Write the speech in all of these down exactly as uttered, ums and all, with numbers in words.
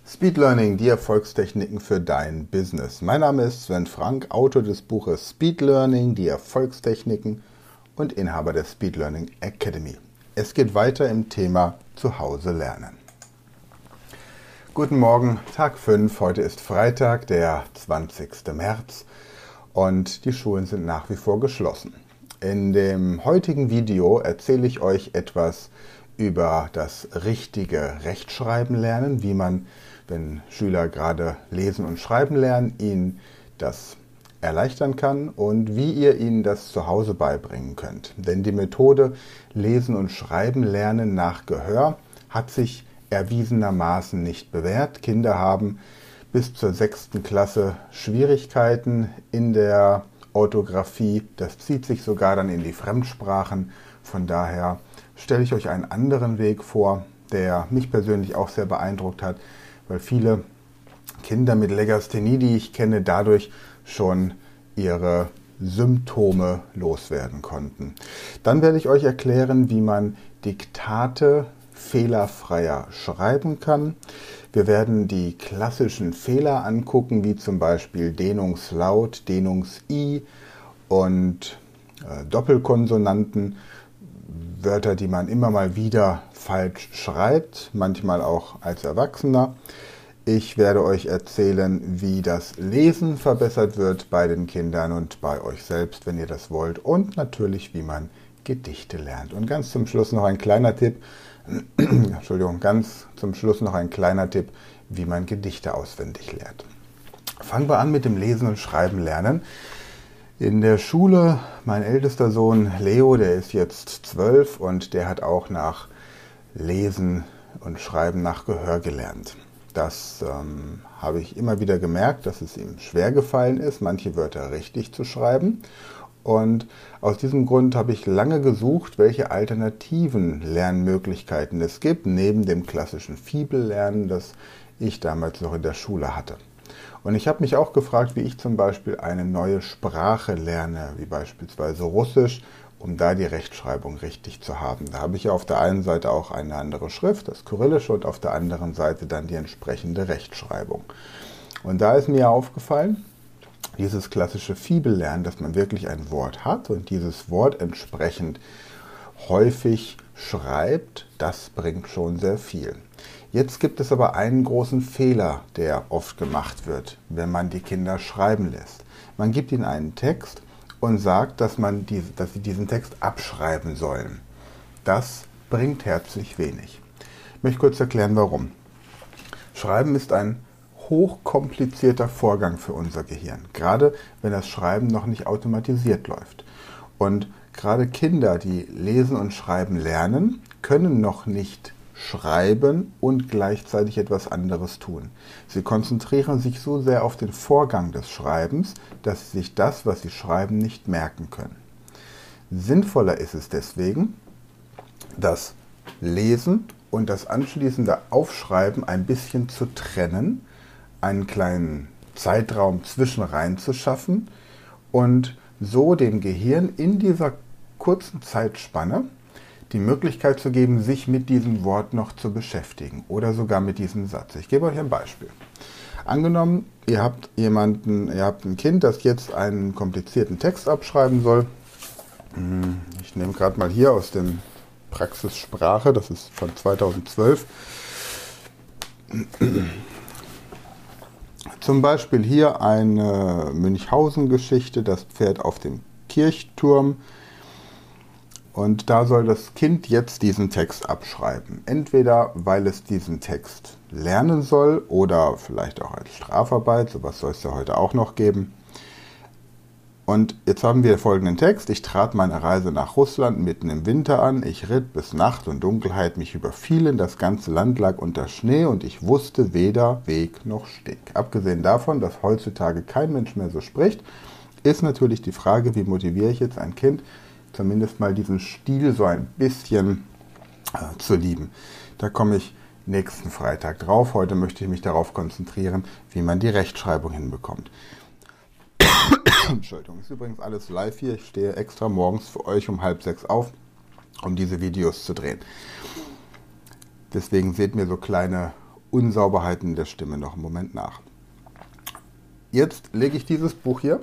Speed Learning, die Erfolgstechniken für dein Business. Mein Name ist Sven Frank, Autor des Buches Speed Learning, die Erfolgstechniken und Inhaber der Speed Learning Academy. Es geht weiter im Thema Zuhause lernen. Guten Morgen, Tag fünf. Heute ist Freitag, der zwanzigster März und die Schulen sind nach wie vor geschlossen. In dem heutigen Video erzähle ich euch etwas über das richtige Rechtschreiben lernen, wie man, wenn Schüler gerade lesen und schreiben lernen, ihnen das erleichtern kann und wie ihr ihnen das zu Hause beibringen könnt. Denn die Methode Lesen und Schreiben lernen nach Gehör hat sich erwiesenermaßen nicht bewährt. Kinder haben bis zur sechsten Klasse Schwierigkeiten in der Orthographie. Das zieht sich sogar dann in die Fremdsprachen. Von daher stelle ich euch einen anderen Weg vor, der mich persönlich auch sehr beeindruckt hat, weil viele Kinder mit Legasthenie, die ich kenne, dadurch schon ihre Symptome loswerden konnten. Dann werde ich euch erklären, wie man Diktate fehlerfreier schreiben kann. Wir werden die klassischen Fehler angucken, wie zum Beispiel Dehnungslaut, Dehnungs-I und äh, Doppelkonsonanten. Wörter, die man immer mal wieder falsch schreibt, manchmal auch als Erwachsener. Ich werde euch erzählen, wie das Lesen verbessert wird bei den Kindern und bei euch selbst, wenn ihr das wollt. Und natürlich, wie man Gedichte lernt. Und ganz zum Schluss noch ein kleiner Tipp, Entschuldigung, ganz zum Schluss noch ein kleiner Tipp, wie man Gedichte auswendig lernt. Fangen wir an mit dem Lesen und Schreiben lernen. In der Schule, mein ältester Sohn Leo, der ist jetzt zwölf und der hat auch nach Lesen und Schreiben nach Gehör gelernt. Das ähm, habe ich immer wieder gemerkt, dass es ihm schwer gefallen ist, manche Wörter richtig zu schreiben. Und aus diesem Grund habe ich lange gesucht, welche alternativen Lernmöglichkeiten es gibt, neben dem klassischen Fibellernen, das ich damals noch in der Schule hatte. Und ich habe mich auch gefragt, wie ich zum Beispiel eine neue Sprache lerne, wie beispielsweise Russisch, um da die Rechtschreibung richtig zu haben. Da habe ich ja auf der einen Seite auch eine andere Schrift, das Kyrillische, und auf der anderen Seite dann die entsprechende Rechtschreibung. Und da ist mir aufgefallen, dieses klassische Fibellernen, dass man wirklich ein Wort hat und dieses Wort entsprechend häufig schreibt, das bringt schon sehr viel. Jetzt gibt es aber einen großen Fehler, der oft gemacht wird, wenn man die Kinder schreiben lässt. Man gibt ihnen einen Text und sagt, dass, man die, dass sie diesen Text abschreiben sollen. Das bringt herzlich wenig. Ich möchte kurz erklären, warum. Schreiben ist ein hochkomplizierter Vorgang für unser Gehirn, gerade wenn das Schreiben noch nicht automatisiert läuft. Und gerade Kinder, die lesen und schreiben lernen, können noch nicht schreiben und gleichzeitig etwas anderes tun. Sie konzentrieren sich so sehr auf den Vorgang des Schreibens, dass sie sich das, was sie schreiben, nicht merken können. Sinnvoller ist es deswegen, das Lesen und das anschließende Aufschreiben ein bisschen zu trennen, einen kleinen Zeitraum zwischen rein zu schaffen und so dem Gehirn in dieser kurzen Zeitspanne die Möglichkeit zu geben, sich mit diesem Wort noch zu beschäftigen oder sogar mit diesem Satz. Ich gebe euch ein Beispiel. Angenommen, ihr habt jemanden, ihr habt ein Kind, das jetzt einen komplizierten Text abschreiben soll. Ich nehme gerade mal hier aus dem Praxissprache, das ist von zweitausendzwölf. Zum Beispiel hier eine Münchhausen-Geschichte, das Pferd auf dem Kirchturm. Und da soll das Kind jetzt diesen Text abschreiben. Entweder weil es diesen Text lernen soll oder vielleicht auch als Strafarbeit, sowas soll es ja heute auch noch geben. Und jetzt haben wir folgenden Text. Ich trat meine Reise nach Russland mitten im Winter an. Ich ritt, bis Nacht und Dunkelheit mich überfielen. Das ganze Land lag unter Schnee und ich wusste weder Weg noch Steg. Abgesehen davon, dass heutzutage kein Mensch mehr so spricht, ist natürlich die Frage, wie motiviere ich jetzt ein Kind, zumindest mal diesen Stil so ein bisschen äh, zu lieben. Da komme ich nächsten Freitag drauf. Heute möchte ich mich darauf konzentrieren, wie man die Rechtschreibung hinbekommt. Entschuldigung, ist übrigens alles live hier. Ich stehe extra morgens für euch um halb sechs auf, um diese Videos zu drehen. Deswegen seht mir so kleine Unsauberheiten der Stimme noch einen Moment nach. Jetzt lege ich dieses Buch hier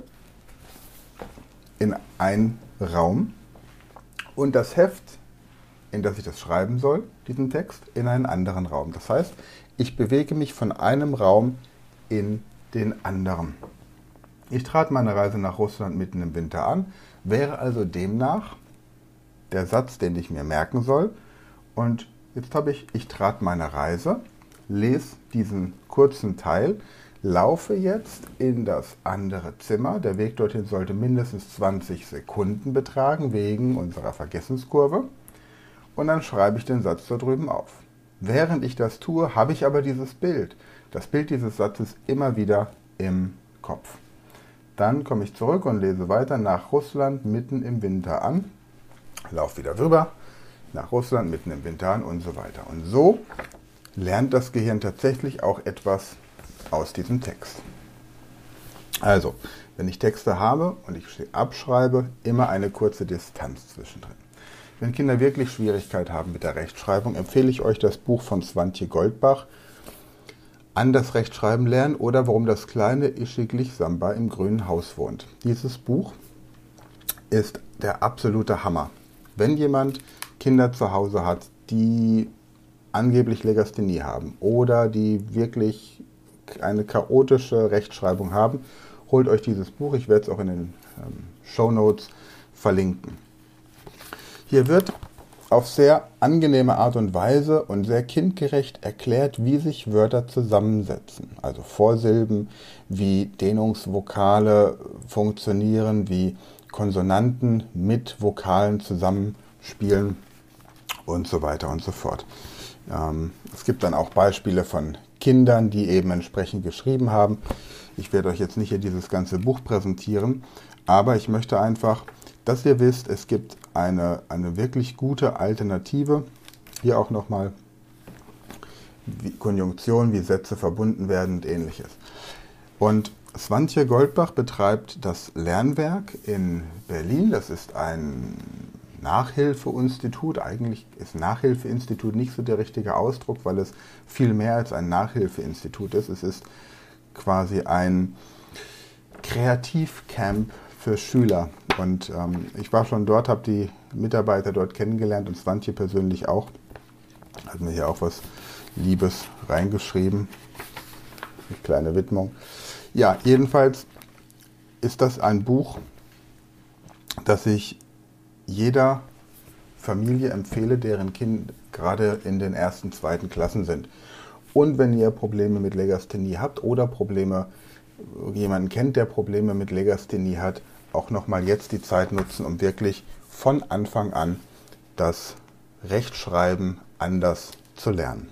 in einen Raum und das Heft, in das ich das schreiben soll, diesen Text, in einen anderen Raum. Das heißt, ich bewege mich von einem Raum in den anderen. Ich trat meine Reise nach Russland mitten im Winter an, wäre also demnach der Satz, den ich mir merken soll. Und jetzt habe ich, ich trat meine Reise, lese diesen kurzen Teil, laufe jetzt in das andere Zimmer. Der Weg dorthin sollte mindestens zwanzig Sekunden betragen, wegen unserer Vergessenskurve. Und dann schreibe ich den Satz da drüben auf. Während ich das tue, habe ich aber dieses Bild. Das Bild dieses Satzes immer wieder im Kopf. Dann komme ich zurück und lese weiter nach Russland mitten im Winter an. Laufe wieder rüber, nach Russland mitten im Winter an und so weiter. Und so lernt das Gehirn tatsächlich auch etwas aus diesem Text. Also, wenn ich Texte habe und ich sie abschreibe, immer eine kurze Distanz zwischendrin. Wenn Kinder wirklich Schwierigkeit haben mit der Rechtschreibung, empfehle ich euch das Buch von Swantje Goldbach, Anders Rechtschreiben lernen oder Warum das kleine Ischiglich Samba im grünen Haus wohnt. Dieses Buch ist der absolute Hammer. Wenn jemand Kinder zu Hause hat, die angeblich Legasthenie haben oder die wirklich eine chaotische Rechtschreibung haben, holt euch dieses Buch. Ich werde es auch in den ähm, Shownotes verlinken. Hier wird auf sehr angenehme Art und Weise und sehr kindgerecht erklärt, wie sich Wörter zusammensetzen. Also Vorsilben, wie Dehnungsvokale funktionieren, wie Konsonanten mit Vokalen zusammenspielen und so weiter und so fort. Ähm, es gibt dann auch Beispiele von Kindern, die eben entsprechend geschrieben haben. Ich werde euch jetzt nicht hier dieses ganze Buch präsentieren, aber ich möchte einfach, dass ihr wisst, es gibt eine, eine wirklich gute Alternative. Hier auch nochmal Konjunktion, wie Sätze verbunden werden und ähnliches. Und Swantje Goldbach betreibt das Lernwerk in Berlin. Das ist ein Nachhilfeinstitut. Eigentlich ist Nachhilfeinstitut nicht so der richtige Ausdruck, weil es viel mehr als ein Nachhilfeinstitut ist. Es ist quasi ein Kreativcamp für Schüler. Und ähm, ich war schon dort, habe die Mitarbeiter dort kennengelernt und Swantje persönlich auch. Hat mir hier auch was Liebes reingeschrieben. Eine kleine Widmung. Ja, jedenfalls ist das ein Buch, das ich jeder Familie empfehle, deren Kinder gerade in den ersten, zweiten Klassen sind. Und wenn ihr Probleme mit Legasthenie habt oder Probleme, jemanden kennt, der Probleme mit Legasthenie hat, auch nochmal jetzt die Zeit nutzen, um wirklich von Anfang an das Rechtschreiben anders zu lernen.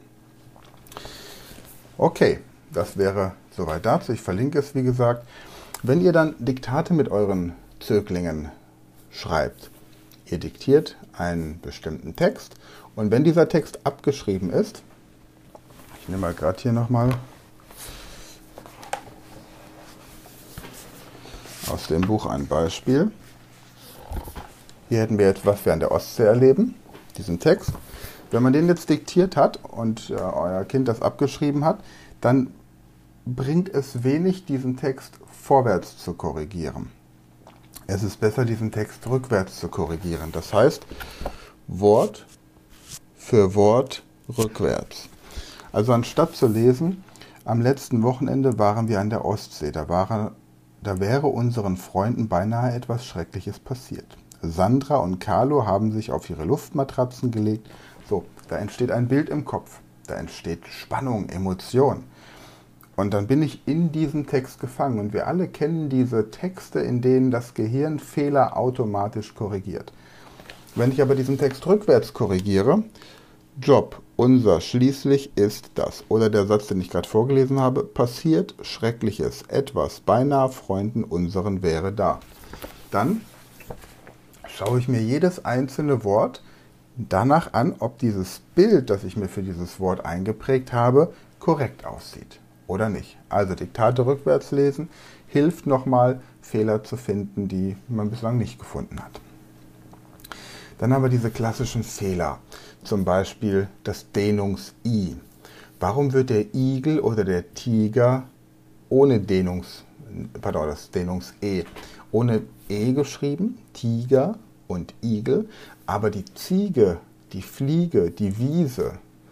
Okay, das wäre soweit dazu. Ich verlinke es, wie gesagt. Wenn ihr dann Diktate mit euren Zöglingen schreibt, ihr diktiert einen bestimmten Text und wenn dieser Text abgeschrieben ist, ich nehme mal gerade hier nochmal aus dem Buch ein Beispiel. Hier hätten wir jetzt, was wir an der Ostsee erleben, diesen Text. Wenn man den jetzt diktiert hat und äh, euer Kind das abgeschrieben hat, dann bringt es wenig, diesen Text vorwärts zu korrigieren. Es ist besser, diesen Text rückwärts zu korrigieren. Das heißt, Wort für Wort rückwärts. Also anstatt zu lesen, am letzten Wochenende waren wir an der Ostsee. Da, war, da wäre unseren Freunden beinahe etwas Schreckliches passiert. Sandra und Carlo haben sich auf ihre Luftmatratzen gelegt. So, da entsteht ein Bild im Kopf. Da entsteht Spannung, Emotion. Und dann bin ich in diesem Text gefangen. Und wir alle kennen diese Texte, in denen das Gehirn Fehler automatisch korrigiert. Wenn ich aber diesen Text rückwärts korrigiere, Job, unser, schließlich ist das, oder der Satz, den ich gerade vorgelesen habe, passiert Schreckliches, etwas, beinahe Freunden unseren wäre da. Dann schaue ich mir jedes einzelne Wort danach an, ob dieses Bild, das ich mir für dieses Wort eingeprägt habe, korrekt aussieht oder nicht. Also Diktate rückwärts lesen hilft nochmal, Fehler zu finden, die man bislang nicht gefunden hat. Dann haben wir diese klassischen Fehler, zum Beispiel das Dehnungs-I. Warum wird der Igel oder der Tiger ohne Dehnungs, pardon, das Dehnungs-E, ohne E geschrieben, Tiger und Igel, aber die Ziege, die Fliege, die Wiese,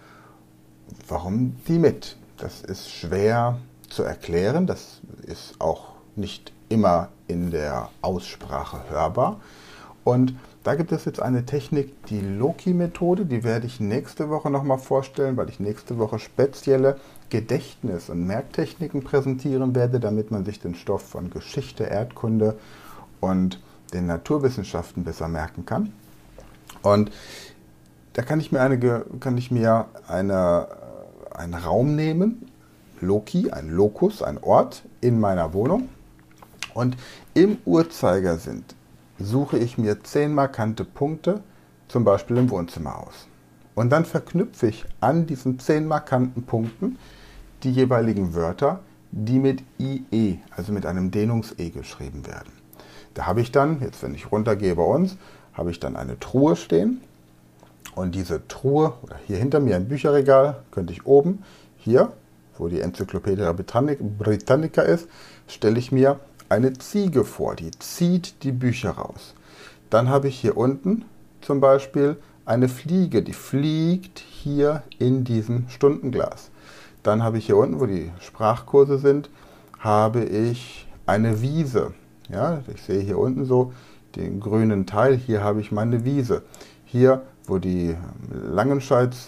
warum die mit? Das ist schwer zu erklären, das ist auch nicht immer in der Aussprache hörbar. Und da gibt es jetzt eine Technik, die Loci-Methode, die werde ich nächste Woche nochmal vorstellen, weil ich nächste Woche spezielle Gedächtnis- und Merktechniken präsentieren werde, damit man sich den Stoff von Geschichte, Erdkunde und den Naturwissenschaften besser merken kann. Und da kann ich mir, eine, kann ich mir eine, einen Raum nehmen, Loci, ein Locus, ein Ort in meiner Wohnung. Und im Uhrzeigersinn suche ich mir zehn markante Punkte, zum Beispiel im Wohnzimmer aus. Und dann verknüpfe ich an diesen zehn markanten Punkten die jeweiligen Wörter, die mit I E, also mit einem Dehnungs-E geschrieben werden. Da habe ich dann, jetzt wenn ich runtergehe bei uns, habe ich dann eine Truhe stehen. Und diese Truhe, oder hier hinter mir ein Bücherregal, könnte ich oben, hier, wo die Enzyklopädie Britannica ist, stelle ich mir eine Ziege vor, die zieht die Bücher raus. Dann habe ich hier unten zum Beispiel eine Fliege, die fliegt hier in diesem Stundenglas. Dann habe ich hier unten, wo die Sprachkurse sind, habe ich eine Wiese. Ja, ich sehe hier unten so den grünen Teil, hier habe ich meine Wiese. Hier, wo die Langenscheids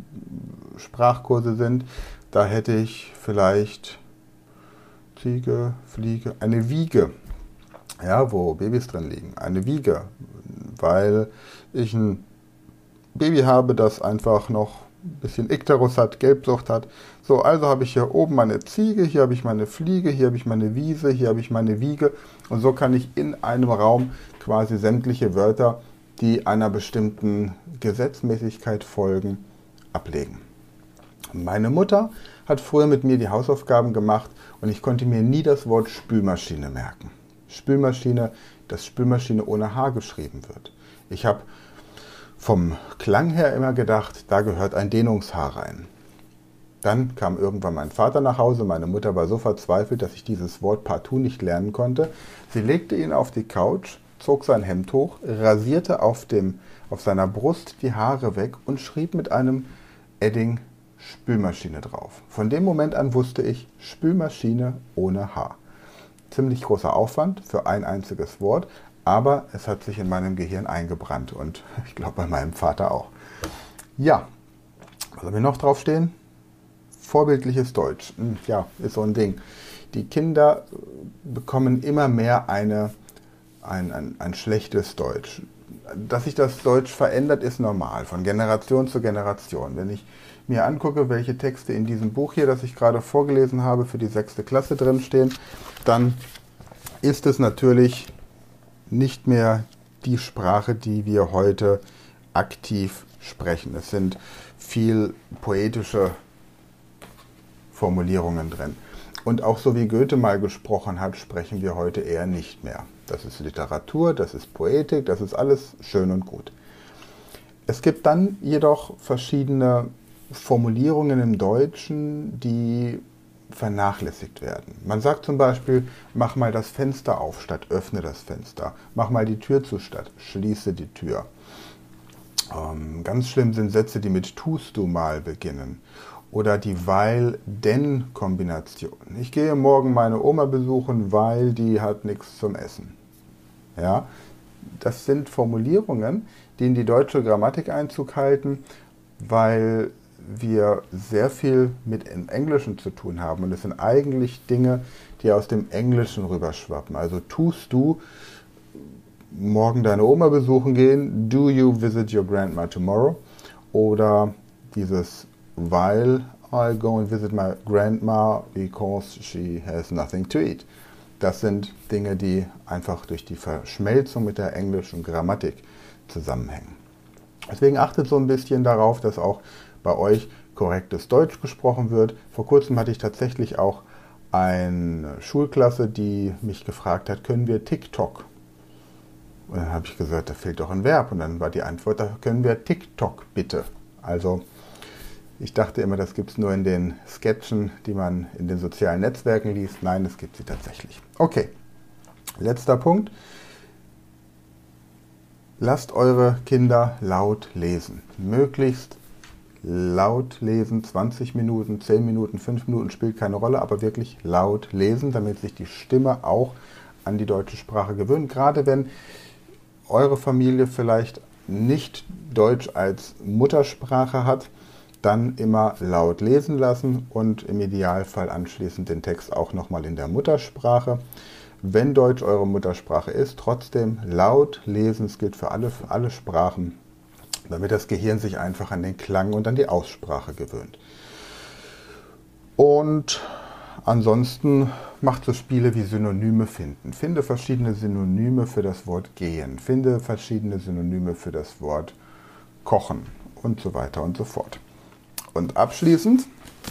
Sprachkurse sind, da hätte ich vielleicht Ziege, Fliege, eine Wiege, ja, wo Babys drin liegen. Eine Wiege, weil ich ein Baby habe, das einfach noch ein bisschen Ikterus hat, Gelbsucht hat. So, also habe ich hier oben meine Ziege, hier habe ich meine Fliege, hier habe ich meine Wiese, hier habe ich meine Wiege. Und so kann ich in einem Raum quasi sämtliche Wörter, die einer bestimmten Gesetzmäßigkeit folgen, ablegen. Meine Mutter hat früher mit mir die Hausaufgaben gemacht und ich konnte mir nie das Wort Spülmaschine merken. Spülmaschine, dass Spülmaschine ohne H geschrieben wird. Ich habe vom Klang her immer gedacht, da gehört ein Dehnungs-H rein. Dann kam irgendwann mein Vater nach Hause, meine Mutter war so verzweifelt, dass ich dieses Wort partout nicht lernen konnte. Sie legte ihn auf die Couch, zog sein Hemd hoch, rasierte auf, dem, auf seiner Brust die Haare weg und schrieb mit einem Edding Spülmaschine drauf. Von dem Moment an wusste ich, Spülmaschine ohne H. Ziemlich großer Aufwand für ein einziges Wort, aber es hat sich in meinem Gehirn eingebrannt und ich glaube bei meinem Vater auch. Ja, was haben wir noch draufstehen? Vorbildliches Deutsch. Ja, ist so ein Ding. Die Kinder bekommen immer mehr eine, ein, ein, ein schlechtes Deutsch. Dass sich das Deutsch verändert, ist normal, von Generation zu Generation. Wenn ich mir angucke, welche Texte in diesem Buch hier, das ich gerade vorgelesen habe, für die sechste Klasse drinstehen, dann ist es natürlich nicht mehr die Sprache, die wir heute aktiv sprechen. Es sind viel poetische Formulierungen drin. Und auch so wie Goethe mal gesprochen hat, sprechen wir heute eher nicht mehr. Das ist Literatur, das ist Poetik, das ist alles schön und gut. Es gibt dann jedoch verschiedene Formulierungen im Deutschen, die vernachlässigt werden. Man sagt zum Beispiel, mach mal das Fenster auf statt öffne das Fenster. Mach mal die Tür zu statt schließe die Tür. Ähm, ganz schlimm sind Sätze, die mit tust du mal beginnen. Oder die Weil-Denn-Kombination. Ich gehe morgen meine Oma besuchen, weil die hat nichts zum Essen. Ja, das sind Formulierungen, die in die deutsche Grammatik Einzug halten, weil wir sehr viel mit dem Englischen zu tun haben. Und es sind eigentlich Dinge, die aus dem Englischen rüberschwappen. Also tust du morgen deine Oma besuchen gehen, do you visit your grandma tomorrow? Oder dieses while I go and visit my grandma because she has nothing to eat. Das sind Dinge, die einfach durch die Verschmelzung mit der englischen Grammatik zusammenhängen. Deswegen achtet so ein bisschen darauf, dass auch bei euch korrektes Deutsch gesprochen wird. Vor kurzem hatte ich tatsächlich auch eine Schulklasse, die mich gefragt hat, können wir TikTok? Und dann habe ich gesagt, da fehlt doch ein Verb. Und dann war die Antwort, da können wir TikTok bitte. Also Ich dachte immer, das gibt es nur in den Sketchen, die man in den sozialen Netzwerken liest. Nein, es gibt sie tatsächlich. Okay, letzter Punkt. Lasst eure Kinder laut lesen. Möglichst laut lesen, zwanzig Minuten, zehn Minuten, fünf Minuten, spielt keine Rolle, aber wirklich laut lesen, damit sich die Stimme auch an die deutsche Sprache gewöhnt. Gerade wenn eure Familie vielleicht nicht Deutsch als Muttersprache hat, dann immer laut lesen lassen und im Idealfall anschließend den Text auch nochmal in der Muttersprache. Wenn Deutsch eure Muttersprache ist, trotzdem laut lesen. Es gilt für alle, für alle Sprachen, damit das Gehirn sich einfach an den Klang und an die Aussprache gewöhnt. Und ansonsten macht so Spiele wie Synonyme finden. Finde verschiedene Synonyme für das Wort gehen. Finde verschiedene Synonyme für das Wort kochen und so weiter und so fort. Und abschließend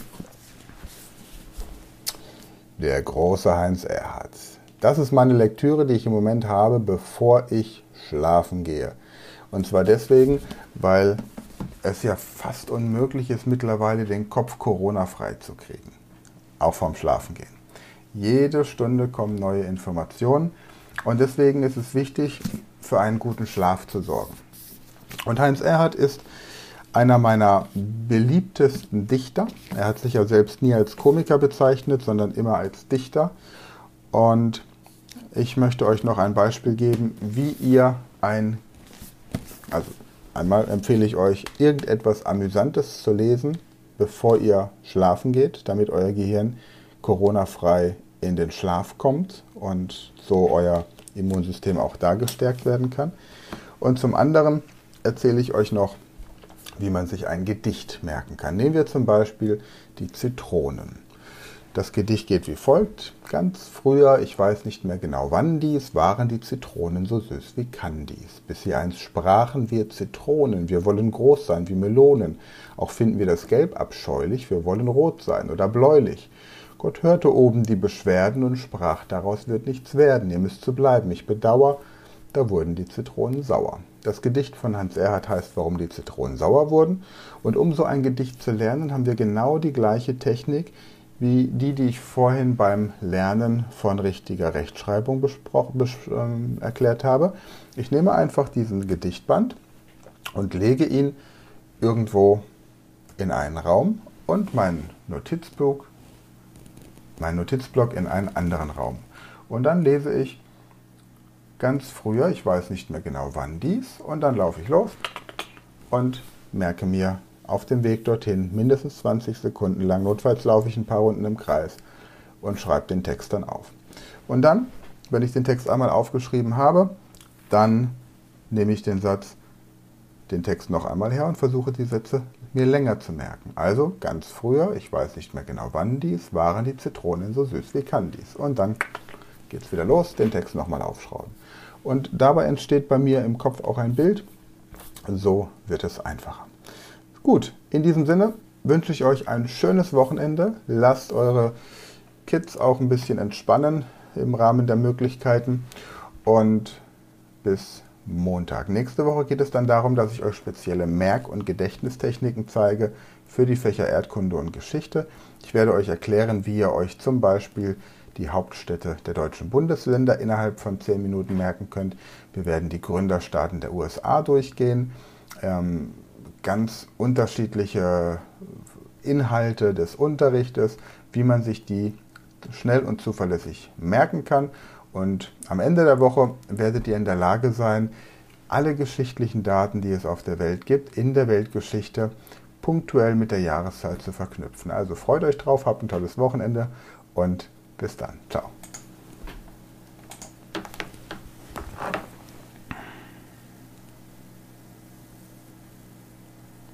der große Heinz Erhardt. Das ist meine Lektüre, die ich im Moment habe, bevor ich schlafen gehe. Und zwar deswegen, weil es ja fast unmöglich ist, mittlerweile den Kopf Corona-frei zu kriegen. Auch vorm Schlafengehen. Jede Stunde kommen neue Informationen und deswegen ist es wichtig, für einen guten Schlaf zu sorgen. Und Heinz Erhardt ist einer meiner beliebtesten Dichter. Er hat sich ja selbst nie als Komiker bezeichnet, sondern immer als Dichter. Und ich möchte euch noch ein Beispiel geben, wie ihr ein, also einmal empfehle ich euch, irgendetwas Amüsantes zu lesen, bevor ihr schlafen geht, damit euer Gehirn Corona-frei in den Schlaf kommt und so euer Immunsystem auch da gestärkt werden kann. Und zum anderen erzähle ich euch noch, wie man sich ein Gedicht merken kann. Nehmen wir zum Beispiel die Zitronen. Das Gedicht geht wie folgt. Ganz früher, ich weiß nicht mehr genau wann dies, waren die Zitronen so süß wie Kandis. Bis sie einst sprachen, wir Zitronen, wir wollen groß sein wie Melonen. Auch finden wir das Gelb abscheulich, wir wollen rot sein oder bläulich. Gott hörte oben die Beschwerden und sprach, daraus wird nichts werden, ihr müsst so bleiben, ich bedauer. Da wurden die Zitronen sauer. Das Gedicht von Heinz Erhardt heißt, warum die Zitronen sauer wurden. Und um so ein Gedicht zu lernen, haben wir genau die gleiche Technik wie die, die ich vorhin beim Lernen von richtiger Rechtschreibung bes- äh, erklärt habe. Ich nehme einfach diesen Gedichtband und lege ihn irgendwo in einen Raum und meinen Notizbuch, meinen Notizblock in einen anderen Raum. Und dann lese ich ganz früher, ich weiß nicht mehr genau wann dies, und dann laufe ich los und merke mir auf dem Weg dorthin mindestens zwanzig Sekunden lang, notfalls laufe ich ein paar Runden im Kreis und schreibe den Text dann auf. Und dann, wenn ich den Text einmal aufgeschrieben habe, dann nehme ich den Satz, den Text noch einmal her und versuche die Sätze mir länger zu merken. Also ganz früher, ich weiß nicht mehr genau wann dies, waren die Zitronen so süß wie Kandis. Und dann geht es wieder los, den Text nochmal aufschrauben. Und dabei entsteht bei mir im Kopf auch ein Bild. So wird es einfacher. Gut, in diesem Sinne wünsche ich euch ein schönes Wochenende. Lasst eure Kids auch ein bisschen entspannen im Rahmen der Möglichkeiten. Und bis Montag. Nächste Woche geht es dann darum, dass ich euch spezielle Merk- und Gedächtnistechniken zeige für die Fächer Erdkunde und Geschichte. Ich werde euch erklären, wie ihr euch zum Beispiel die Hauptstädte der deutschen Bundesländer innerhalb von zehn Minuten merken könnt. Wir werden die Gründerstaaten der U S A durchgehen, ähm, ganz unterschiedliche Inhalte des Unterrichtes, wie man sich die schnell und zuverlässig merken kann. Und am Ende der Woche werdet ihr in der Lage sein, alle geschichtlichen Daten, die es auf der Welt gibt, in der Weltgeschichte punktuell mit der Jahreszahl zu verknüpfen. Also freut euch drauf, habt ein tolles Wochenende und bis dann. Ciao.